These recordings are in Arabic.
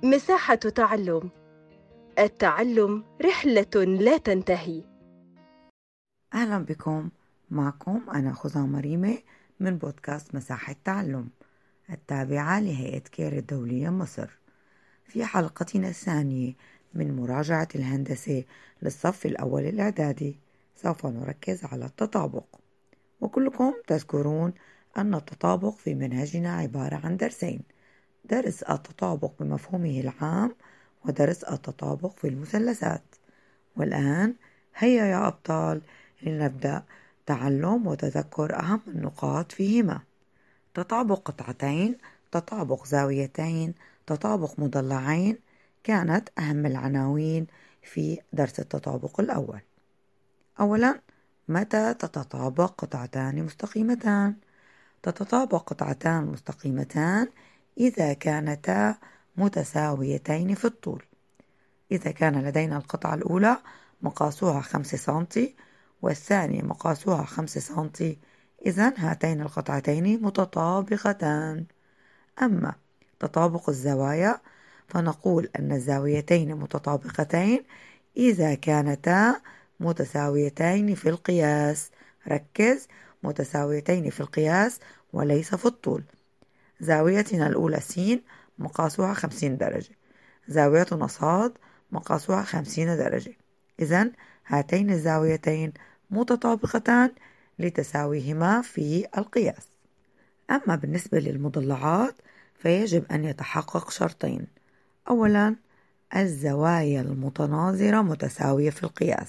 مساحة تعلم. التعلم رحلة لا تنتهي. أهلا بكم. معكم أنا خزامة ريمة من بودكاست مساحة تعلم التابعة لهيئة كير الدولية مصر. في حلقتنا الثانية من مراجعة الهندسة للصف الأول الإعدادي سوف نركز على التطابق، وكلكم تذكرون أن التطابق في منهجنا عبارة عن درسين: درس التطابق بمفهومه العام ودرس التطابق في المثلثات. والآن هيا يا أبطال لنبدأ تعلم وتذكر أهم النقاط فيهما: تطابق قطعتين، تطابق زاويتين، تطابق مضلعين. كانت أهم العناوين في درس التطابق الأول. أولا، متى تتطابق قطعتان مستقيمتان؟ تتطابق قطعتان مستقيمتان إذا كانتا متساويتين في الطول. إذا كان لدينا القطعة الأولى مقاسها 5 سنتي والثانية مقاسها 5 سنتي، إذن هاتين القطعتين متطابقتان. أما تطابق الزوايا فنقول أن الزاويتين متطابقتين إذا كانتا متساويتين في القياس. ركز، متساويتين في القياس وليس في الطول. زاويتنا الأولى س مقاسها 50 درجة، زاويتنا ص مقاسها 50 درجة، إذن هاتين الزاويتين متطابقتان لتساويهما في القياس. أما بالنسبة للمضلعات فيجب أن يتحقق شرطين: أولا، الزوايا المتناظرة متساوية في القياس،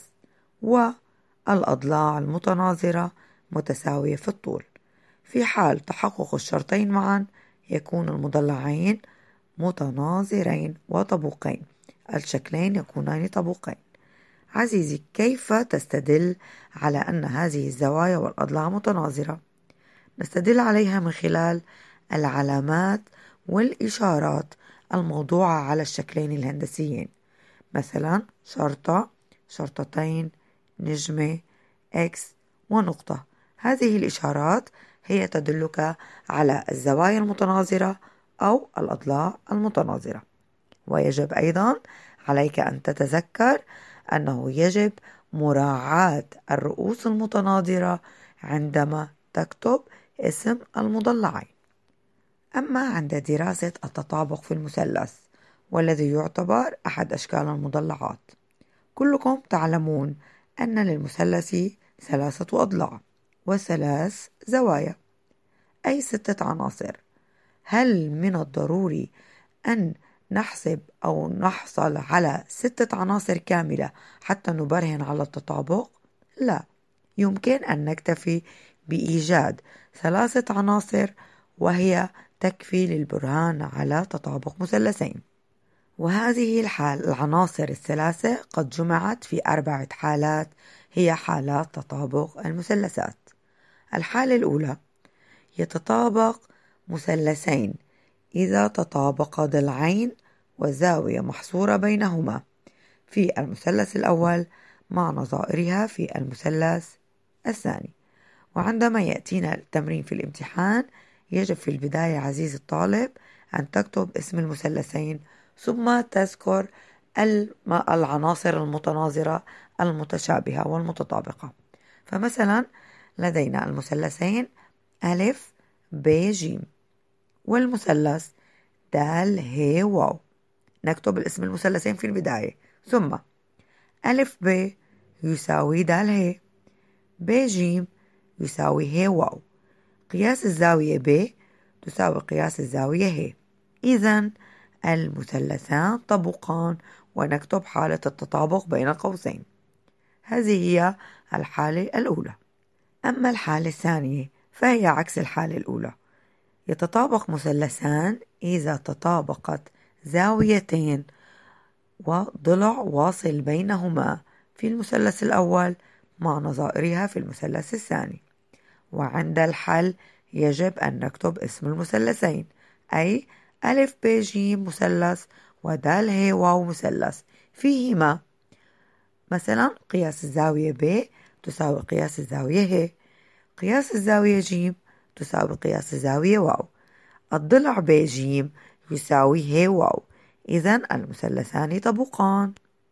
والأضلاع المتناظرة متساوية في الطول. في حال تحقق الشرطين معا يكون المضلعين متناظرين وطبوقين، الشكلين يكونان طبوقين. عزيزي، كيف تستدل على أن هذه الزوايا والأضلاع متناظرة؟ نستدل عليها من خلال العلامات والإشارات الموضوعة على الشكلين الهندسيين، مثلا شرطة، شرطتين، نجمة، إكس ونقطة. هذه الإشارات هي تدلك على الزوايا المتناظرة أو الأضلاع المتناظرة. ويجب أيضا عليك أن تتذكر أنه يجب مراعاة الرؤوس المتناظرة عندما تكتب اسم المضلعين. أما عند دراسة التطابق في المثلث، والذي يعتبر أحد أشكال المضلعات، كلكم تعلمون أن للمثلث 3 أضلاع و3 زوايا، أي 6 عناصر. هل من الضروري أن نحسب أو نحصل على 6 عناصر كاملة حتى نبرهن على التطابق؟ لا، يمكن أن نكتفي بإيجاد 3 عناصر وهي تكفي للبرهان على تطابق مثلثين. وهذه العناصر ال3 قد جمعت في 4 حالات هي حالات تطابق المثلثات. الحالة الأولى: يتطابق مثلثين إذا تطابق ضلعين وزاوية محصورة بينهما في المثلث الأول مع نظائرها في المثلث الثاني. وعندما يأتينا التمرين في الامتحان يجب في البداية عزيزي الطالب أن تكتب اسم المثلثين ثم تذكر العناصر المتناظرة المتشابهة والمتطابقة. فمثلا لدينا المثلثين أ ب ج والمثلث د ه واو. نكتب الاسم المثلثين في البداية، ثم أ ب يساوي د ه، ب ج يساوي ه واو. قياس الزاوية ب تساوي قياس الزاوية ه، إذن المثلثان طبقان، ونكتب حالة التطابق بين قوسين. هذه هي الحالة الأولى. أما الحالة الثانية فهي عكس الحالة الأولى: يتطابق مثلثان إذا تطابقت زاويتين وضلع واصل بينهما في المثلث الأول مع نظائرها في المثلث الثاني. وعند الحل يجب أن نكتب اسم المثلثين، أي أ ب ج مثلث ود ه واو مثلث فيهما مثلا قياس الزاوية ب تساوي قياس الزاوية ه، قياس الزاوية ج تساوي قياس الزاوية واو. الضلع ب ج يساوي ه واو، إذن المثلثان طبقان.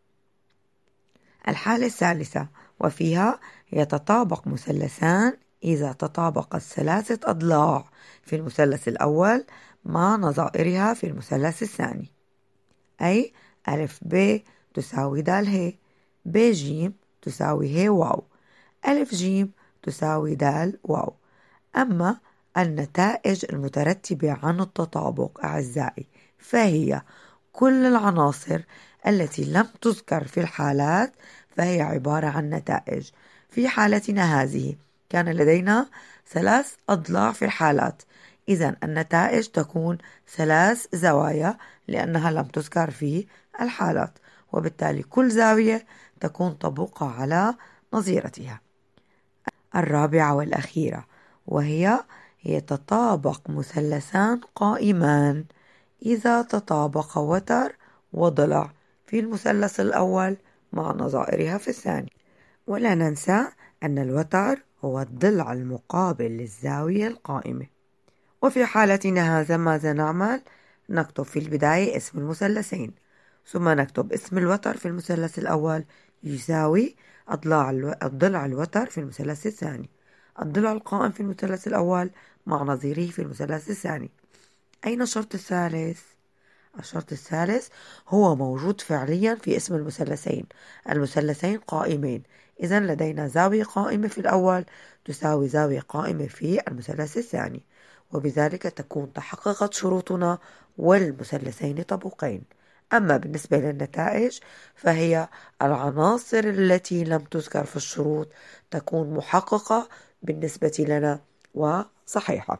الحالة الثالثة وفيها يتطابق مثلثان إذا تطابق الثلاثة أضلاع في المثلث الأول مع نظائرها في المثلث الثاني، أي ألف ب تساوي د ه، ب ج تساوي ه واو، ألف ج تساوي د واو. أما النتائج المترتبة عن التطابق أعزائي فهي كل العناصر التي لم تذكر في الحالات فهي عبارة عن نتائج. في حالتنا هذه كان لدينا 3 أضلاع في الحالات، إذن النتائج تكون 3 زوايا لأنها لم تذكر في الحالات، وبالتالي كل زاوية تكون طبقة على نظيرتها. الرابعة والأخيرة وهي يتطابق مثلثان قائمان إذا تطابق وتر وضلع في المثلث الأول مع نظائرها في الثاني. ولا ننسى أن الوتر هو الضلع المقابل للزاوية القائمة. وفي حالتنا هذا ماذا نعمل؟ نكتب في البداية اسم المثلثين، ثم نكتب اسم الوتر في المثلث الأول يساوي الضلع الوتر في المثلث الثاني، الضلع القائم في المثلث الأول مع نظيره في المثلث الثاني. أين الشرط الثالث؟ الشرط الثالث هو موجود فعليا في اسم المثلثين قائمين، إذن لدينا زاوية قائمة في الأول تساوي زاوية قائمة في المثلث الثاني، وبذلك تكون تحققت شروطنا والمثلثين طبقين. أما بالنسبة للنتائج فهي العناصر التي لم تذكر في الشروط تكون محققة بالنسبة لنا وصحيحة،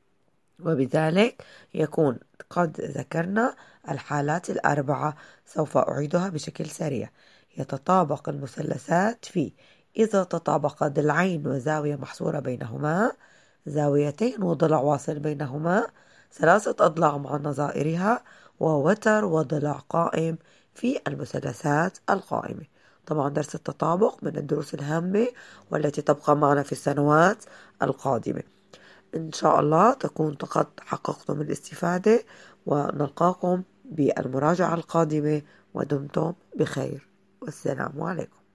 وبذلك يكون قد ذكرنا الحالات الأربعة. سوف أعيدها بشكل سريع. يتطابق المثلثات في إذا تطابق ضلعين وزاوية محصورة بينهما، زاويتين وضلع واصل بينهما، 3 أضلاع مع نظائرها، ووتر وضلع قائم في المثلثات القائمة. طبعا درس التطابق من الدروس الهامة والتي تبقى معنا في السنوات القادمة. إن شاء الله تكون قد حققتم الاستفادة، ونلقاكم بالمراجعة القادمة، ودمتم بخير، والسلام عليكم.